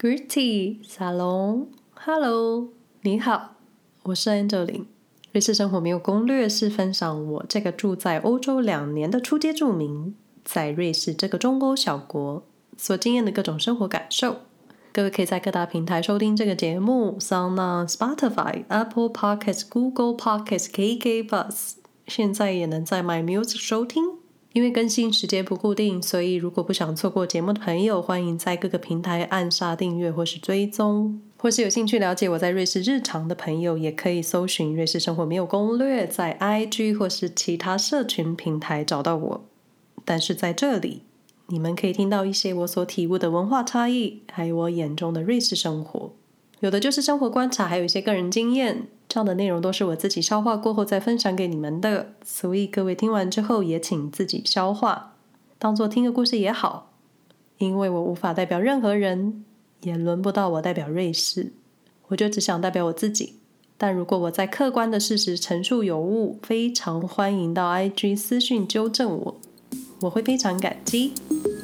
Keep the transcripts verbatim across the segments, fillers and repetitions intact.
Gritty Salon Hello 你好，我是 Angeline。 瑞士生活没有攻略是分享我这个住在欧洲两年的初阶住民在瑞士这个中欧小国所经验的各种生活感受。各位可以在各大平台收听这个节目， SoundOn、Spotify、Apple Podcasts、Google Podcasts、K K Bus， 现在也能在 My Music 收听。因为更新时间不固定，所以如果不想错过节目的朋友，欢迎在各个平台按下订阅或是追踪。或是有兴趣了解我在瑞士日常的朋友，也可以搜寻瑞士生活没有攻略，在 I G 或是其他社群平台找到我。但是在这里你们可以听到一些我所体悟的文化差异，还有我眼中的瑞士生活。有的就是生活观察，还有一些个人经验，这样的内容都是我自己消化过后再分享给你们的，所以各位听完之后也请自己消化，当作听个故事也好。因为我无法代表任何人，也轮不到我代表瑞士，我就只想代表我自己。但如果我在客观的事实陈述有误，非常欢迎到 I G 私讯纠正我，我会非常感激。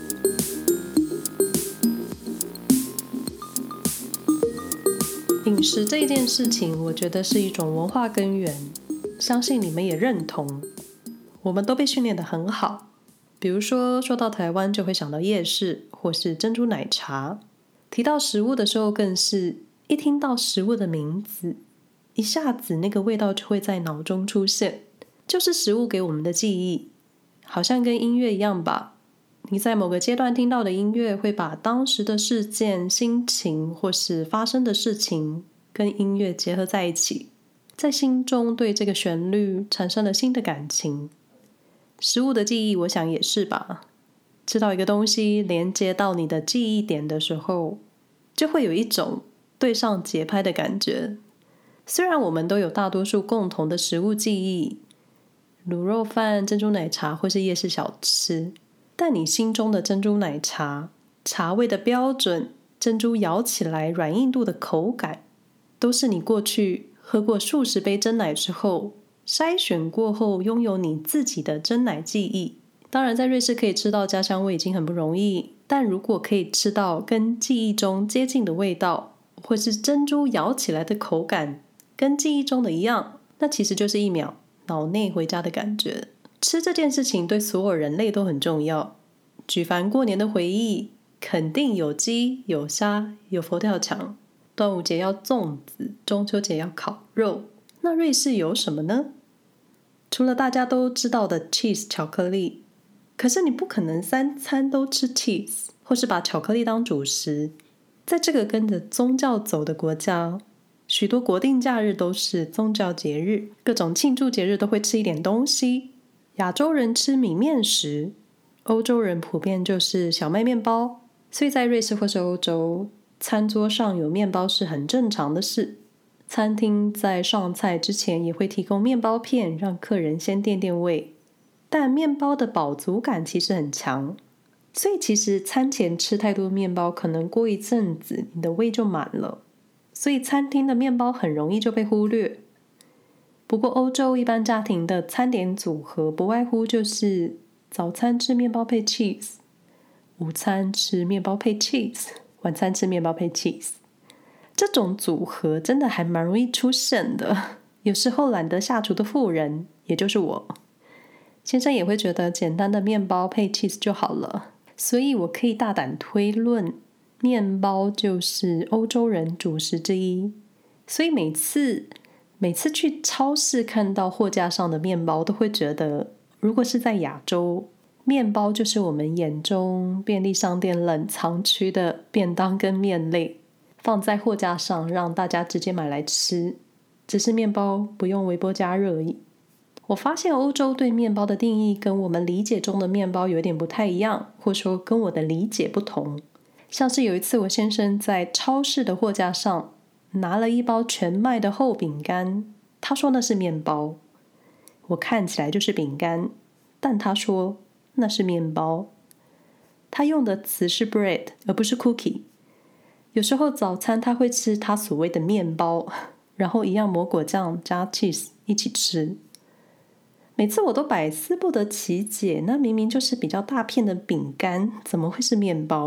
饮食这件事情，我觉得是一种文化根源，相信你们也认同。我们都被训练得很好，比如说说到台湾就会想到夜市或是珍珠奶茶，提到食物的时候更是一听到食物的名字，一下子那个味道就会在脑中出现，就是食物给我们的记忆。好像跟音乐一样吧，你在某个阶段听到的音乐会把当时的事件、心情或是发生的事情跟音乐结合在一起，在心中对这个旋律产生了新的感情。食物的记忆我想也是吧，吃到一个东西连接到你的记忆点的时候，就会有一种对上节拍的感觉。虽然我们都有大多数共同的食物记忆，卤肉饭、珍珠奶茶或是夜市小吃，但你心中的珍珠奶茶，茶味的标准，珍珠咬起来软硬度的口感，都是你过去喝过数十杯珍奶之后筛选过后拥有你自己的珍奶记忆。当然在瑞士可以吃到家乡味已经很不容易，但如果可以吃到跟记忆中接近的味道，或是珍珠咬起来的口感跟记忆中的一样，那其实就是一秒脑内回家的感觉。吃这件事情对所有人类都很重要，举凡过年的回忆，肯定有鸡有虾有佛跳墙，端午节要粽子，中秋节要烤肉。那瑞士有什么呢？除了大家都知道的 cheese 巧克力，可是你不可能三餐都吃 cheese 或是把巧克力当主食。在这个跟着宗教走的国家，许多国定假日都是宗教节日，各种庆祝节日都会吃一点东西。亚洲人吃米面食，欧洲人普遍就是小麦面包，所以在瑞士或是欧洲，餐桌上有面包是很正常的事。餐厅在上菜之前也会提供面包片，让客人先垫垫胃，但面包的饱足感其实很强，所以其实餐前吃太多面包，可能过一阵子你的胃就满了，所以餐厅的面包很容易就被忽略。不过欧洲一般家庭的餐点组合不外乎就是早餐吃面包配 cheese， 午餐吃面包配 cheese， 晚餐吃面包配 cheese。 这种组合真的还蛮容易出现的，有时候懒得下厨的妇人，也就是我，先生也会觉得简单的面包配 cheese 就好了，所以我可以大胆推论，面包就是欧洲人主食之一。所以每次每次去超市看到货架上的面包，都会觉得如果是在亚洲，面包就是我们眼中便利商店冷藏区的便当跟面类，放在货架上让大家直接买来吃，只是面包不用微波加热而已。我发现欧洲对面包的定义跟我们理解中的面包有点不太一样，或说跟我的理解不同。像是有一次我先生在超市的货架上拿了一包全麦的厚饼干，他说那是面包。我看起来就是饼干，但他说那是面包。他用的词是 bread 而不是 cookie。 有时候早餐他会吃他所谓的面包，然后一样抹果酱加 cheese 一起吃。每次我都百思不得其解，那明明就是比较大片的饼干，怎么会是面包？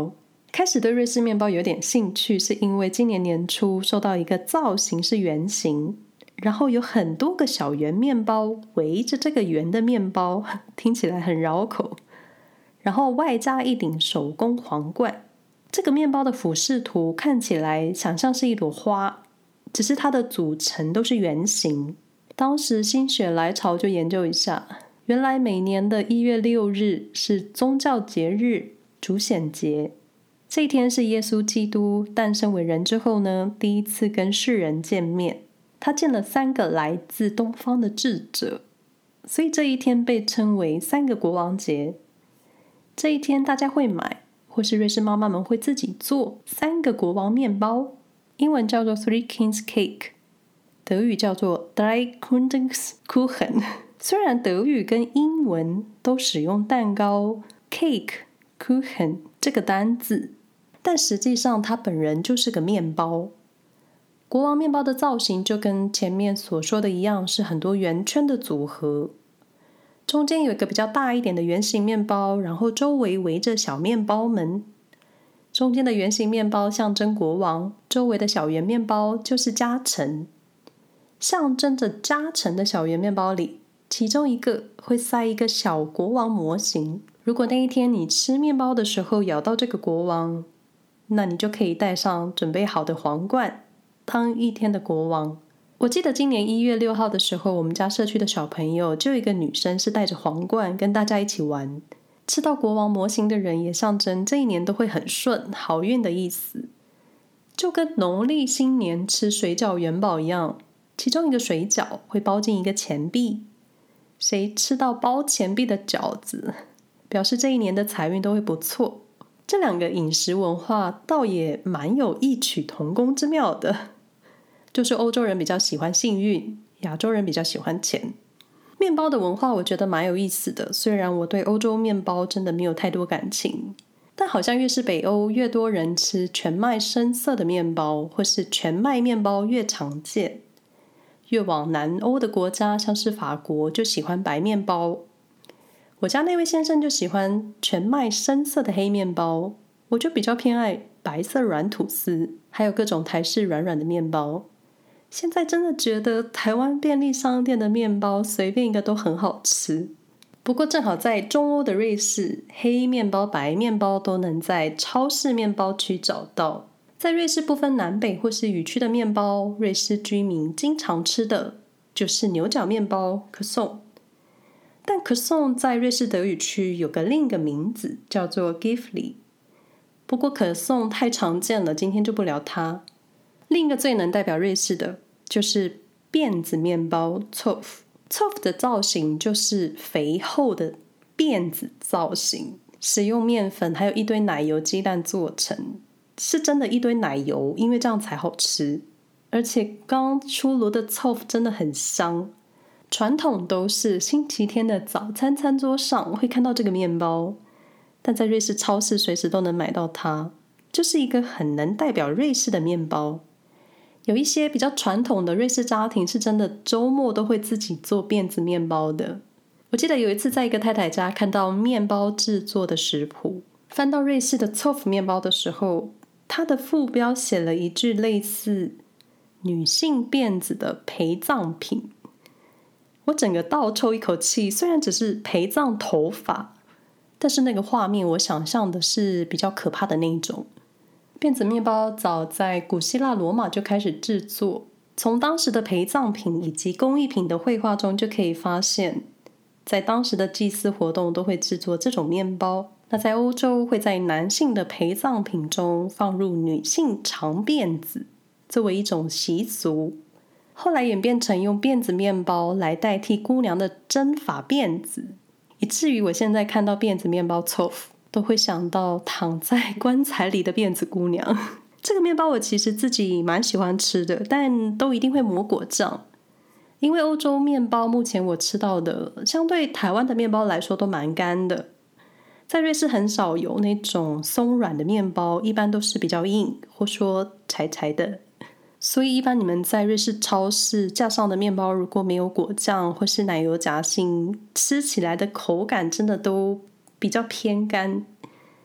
开始对瑞士面包有点兴趣，是因为今年年初收到一个造型是圆形，然后有很多个小圆面包围着这个圆的面包，听起来很绕口，然后外加一顶手工皇冠。这个面包的俯视图看起来想象是一朵花，只是它的组成都是圆形。当时心血来潮就研究一下，原来每年的一月六日是宗教节日主显节，这一天是耶稣基督诞生为人之后呢，第一次跟世人见面，他见了三个来自东方的智者，所以这一天被称为三个国王节。这一天大家会买，或是瑞士妈妈们会自己做三个国王面包，英文叫做 Three Kings Cake， 德语叫做 Drei Königskuchen。 虽然德语跟英文都使用蛋糕 Cake、Kuchen 这个单字，但实际上它本人就是个面包。国王面包的造型就跟前面所说的一样，是很多圆圈的组合，中间有一个比较大一点的圆形面包，然后周围围着小面包们。中间的圆形面包象征国王，周围的小圆面包就是家臣。象征着家臣的小圆面包里，其中一个会塞一个小国王模型。如果那一天你吃面包的时候咬到这个国王，那你就可以戴上准备好的皇冠，当一天的国王。我记得今年一月六号的时候，我们家社区的小朋友就有一个女生是戴着皇冠跟大家一起玩。吃到国王模型的人也象征这一年都会很顺，好运的意思。就跟农历新年吃水饺元宝一样，其中一个水饺会包进一个钱币，谁吃到包钱币的饺子，表示这一年的财运都会不错。这两个饮食文化倒也蛮有异曲同工之妙的，就是欧洲人比较喜欢幸运，亚洲人比较喜欢钱。面包的文化我觉得蛮有意思的，虽然我对欧洲面包真的没有太多感情，但好像越是北欧越多人吃全麦深色的面包，或是全麦面包越常见。越往南欧的国家，像是法国就喜欢白面包。我家那位先生就喜欢全麦深色的黑面包，我就比较偏爱白色软吐司，还有各种台式软软的面包。现在真的觉得台湾便利商店的面包随便一个都很好吃。不过正好在中欧的瑞士，黑面包白面包都能在超市面包区找到。在瑞士不分南北或是语区的面包，瑞士居民经常吃的就是牛角面包 Croissant。 但 Croissant 在瑞士德语区有个另一个名字叫做 Gifli， 不过 Croissant 太常见了，今天就不聊它。另一个最能代表瑞士的就是辫子面包 Zopf。 Zopf 的造型就是肥厚的辫子造型，使用面粉还有一堆奶油鸡蛋做成，是真的一堆奶油，因为这样才好吃。而且刚出炉的 Zopf 真的很香。传统都是星期天的早餐餐桌上会看到这个面包，但在瑞士超市随时都能买到它，就是一个很能代表瑞士的面包。有一些比较传统的瑞士家庭是真的周末都会自己做辫子面包的。我记得有一次在一个太太家看到面包制作的食谱，翻到瑞士的 Zopf 面包的时候，它的副标写了一句类似女性辫子的陪葬品。我整个倒抽一口气，虽然只是陪葬头发，但是那个画面我想象的是比较可怕的那一种。辫子面包早在古希腊罗马就开始制作，从当时的陪葬品以及工艺品的绘画中就可以发现，在当时的祭祀活动都会制作这种面包。那在欧洲会在男性的陪葬品中放入女性长辫子，作为一种习俗。后来演变成用辫子面包来代替姑娘的真发辫子，以至于我现在看到辫子面包 Zopf 都会想到躺在棺材里的辫子姑娘。这个面包我其实自己蛮喜欢吃的，但都一定会抹果酱。因为欧洲面包目前我吃到的相对台湾的面包来说都蛮干的，在瑞士很少有那种松软的面包，一般都是比较硬或说柴柴的。所以一般你们在瑞士超市架上的面包如果没有果酱或是奶油夹心，吃起来的口感真的都比较偏干。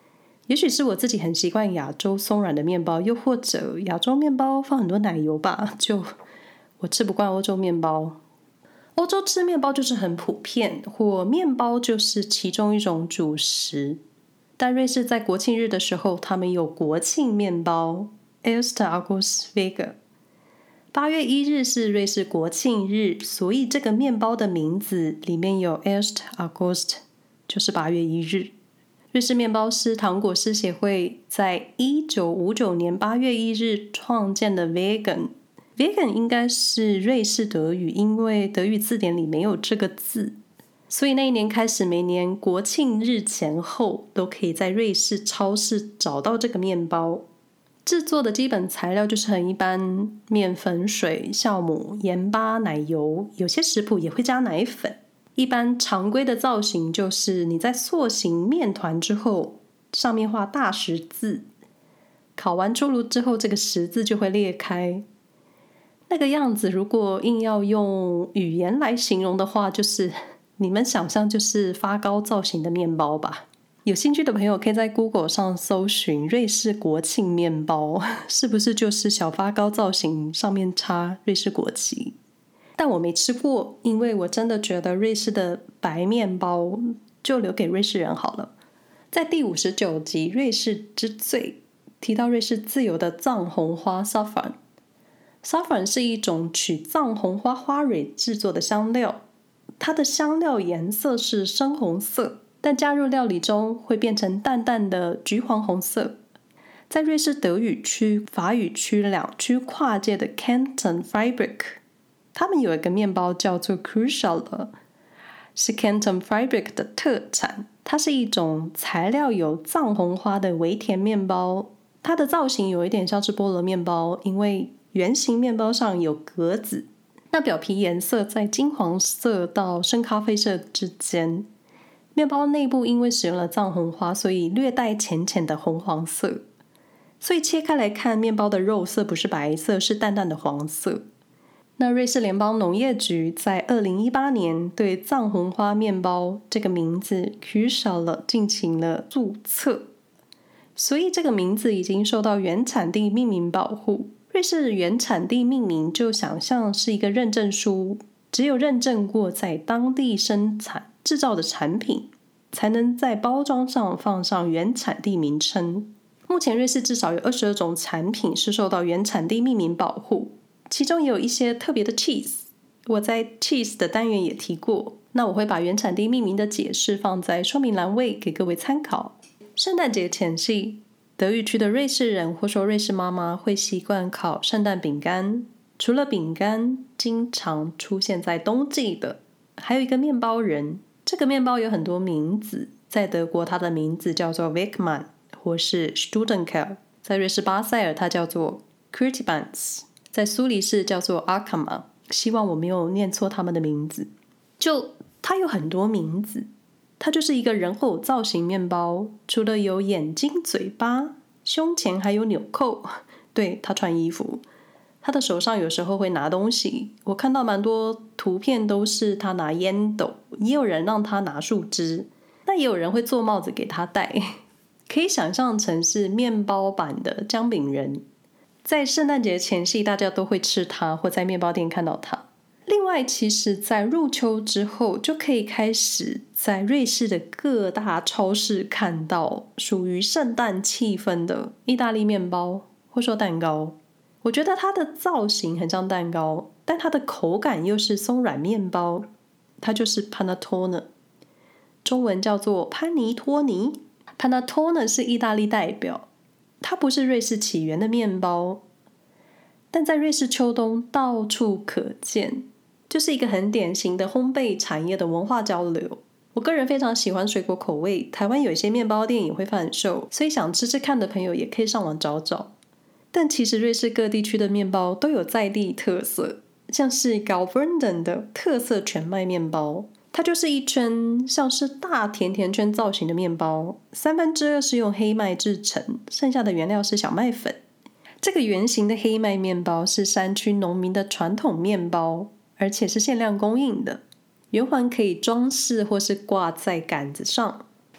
也许是我自己很习惯亚洲松软的面包，又或者亚洲面包放很多奶油吧，就我吃不惯欧洲面包。欧洲吃面包就是很普遍，或面包就是其中一种主食。但瑞士在国庆日的时候，他们有国庆面包 Erster August-Vega。 八月一日是瑞士国庆日，所以这个面包的名字里面有 Erster August， 就是八月一日。瑞士面包师糖果师协会在一九五九年八月一日创建的 Vegan， Vegan 应该是瑞士德语，因为德语字典里没有这个字，所以那一年开始，每年国庆日前后都可以在瑞士超市找到这个面包。制作的基本材料就是很一般，面粉、水、酵母、盐巴、奶油，有些食谱也会加奶粉。一般常规的造型就是你在塑形面团之后，上面画大十字，烤完出炉之后，这个十字就会裂开。那个样子如果硬要用语言来形容的话，就是你们想象就是发糕造型的面包吧。有兴趣的朋友可以在 Google 上搜寻瑞士国庆面包，是不是就是小发糕造型，上面插瑞士国旗？但我没吃过，因为我真的觉得瑞士的白面包就留给瑞士人好了。在第五十九集瑞士之最提到瑞士自有的藏红花 Saffron。 Saffron 是一种取藏红花花蕊制作的香料，它的香料颜色是深红色，但加入料理中会变成淡淡的橘黄红色。在瑞士德语区、法语区两区跨界的 Canton Fribourg， 他们有一个面包叫做 Kuchenle， 是 Canton Fribourg 的特产。它是一种材料有藏红花的微甜面包，它的造型有一点像是菠萝面包，因为圆形面包上有格子，那表皮颜色在金黄色到深咖啡色之间。面包内部因为使用了藏红花，所以略带浅浅的红黄色，所以切开来看，面包的肉色不是白色，是淡淡的黄色。那瑞士联邦农业局在二零一八年对藏红花面包这个名字 Kuchenle 进行了注册，所以这个名字已经受到原产地命名保护。瑞士原产地命名就想象是一个认证书，只有认证过在当地生产制造的产品，才能在包装上放上原产地名称。目前瑞士至少有二十二种产品是受到原产地命名保护，其中也有一些特别的 cheese， 我在 cheese 的单元也提过，那我会把原产地命名的解释放在说明栏位给各位参考。圣诞节前夕，德语区的瑞士人或说瑞士妈妈会习惯烤圣诞饼干，除了饼干，经常出现在冬季的还有一个面包人。这个面包有很多名字，在德国它的名字叫做 Weckmann 或是 Studenkel， 在瑞士巴塞尔它叫做 Kurtibans， 在苏黎世叫做 Akama， 希望我没有念错他们的名字。就它有很多名字，它就是一个人偶造型面包，除了有眼睛、嘴巴，胸前还有纽扣，对，他穿衣服，他的手上有时候会拿东西，我看到蛮多图片都是他拿烟斗，也有人让他拿树枝，那也有人会做帽子给他戴，可以想象成是面包版的姜饼人。在圣诞节前夕，大家都会吃它，或在面包店看到它。另外，其实在入秋之后，就可以开始在瑞士的各大超市看到属于圣诞气氛的意大利面包，或说蛋糕。我觉得它的造型很像蛋糕，但它的口感又是松软面包，它就是 panettone， 中文叫做潘尼托尼。 panettone 是意大利代表，它不是瑞士起源的面包，但在瑞士秋冬到处可见，就是一个很典型的烘焙产业的文化交流。我个人非常喜欢水果口味，台湾有一些面包店也会贩售，所以想吃吃看的朋友也可以上网找找。但其实瑞士各地区的面包都有在地特色，像是 Graubünden 的特色全麦面包，它就是一圈像是大甜甜圈造型的面包，三分之二是用黑麦制成，剩下的原料是小麦粉。这个圆形的黑麦面包是山区农民的传统面包，而且是限量供应的，圆环可以装饰或是挂在杆子上。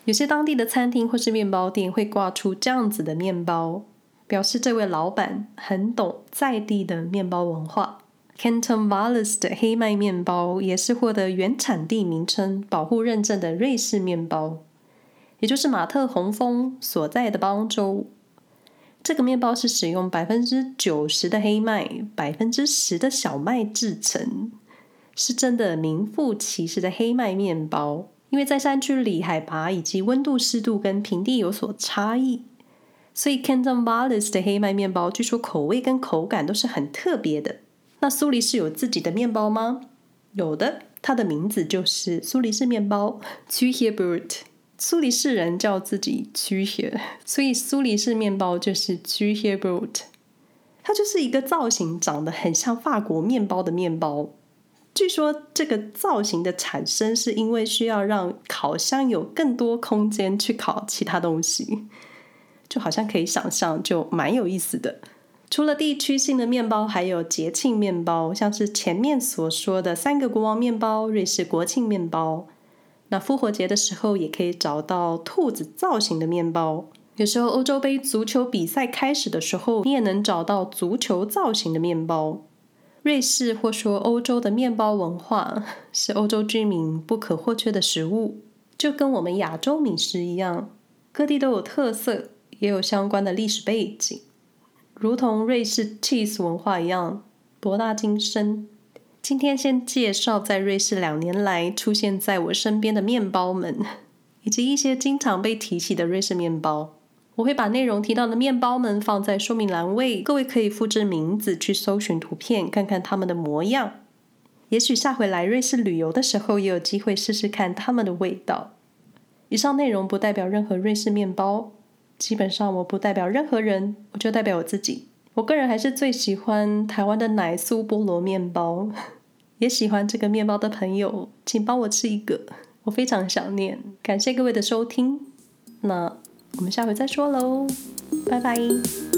有些当地的餐厅或是面包店会挂出这样子的面包，表示这位老板很懂在地的面包文化。Canton Vallis 的黑麦面包也是获得原产地名称保护认证的瑞士面包，也就是马特洪峰所在的邦州。这个面包是使用 百分之九十 的黑麦 百分之十 的小麦制成，是真的名副其实的黑麦面包。因为在山区里海拔以及温度湿度跟平地有所差异，所以 Canton Vallis 的黑麦面包据说口味跟口感都是很特别的。那苏黎世有自己的面包吗？有的，它的名字就是苏黎世面包 Zürcher Brot。 苏黎世人叫自己 Zürcher， 所以苏黎世面包就是 Zürcher Brot。 它就是一个造型长得很像法国面包的面包。据说这个造型的产生是因为需要让烤箱有更多空间去烤其他东西，就好像可以想象，就蛮有意思的。除了地区性的面包，还有节庆面包，像是前面所说的三个国王面包、瑞士国庆面包。那复活节的时候也可以找到兔子造型的面包，有时候欧洲杯足球比赛开始的时候，你也能找到足球造型的面包。瑞士或说欧洲的面包文化是欧洲居民不可或缺的食物，就跟我们亚洲美食一样，各地都有特色，也有相关的历史背景，如同瑞士 cheese 文化一样博大精深。今天先介绍在瑞士两年来出现在我身边的面包们，以及一些经常被提起的瑞士面包。我会把内容提到的面包们放在说明栏位，各位可以复制名字去搜寻图片，看看他们的模样。也许下回来瑞士旅游的时候，也有机会试试看他们的味道。以上内容不代表任何瑞士面包，基本上我不代表任何人，我就代表我自己。我个人还是最喜欢台湾的奶酥菠萝面包，也喜欢这个面包的朋友，请帮我吃一个，我非常想念。感谢各位的收听，那我们下回再说喽，拜拜。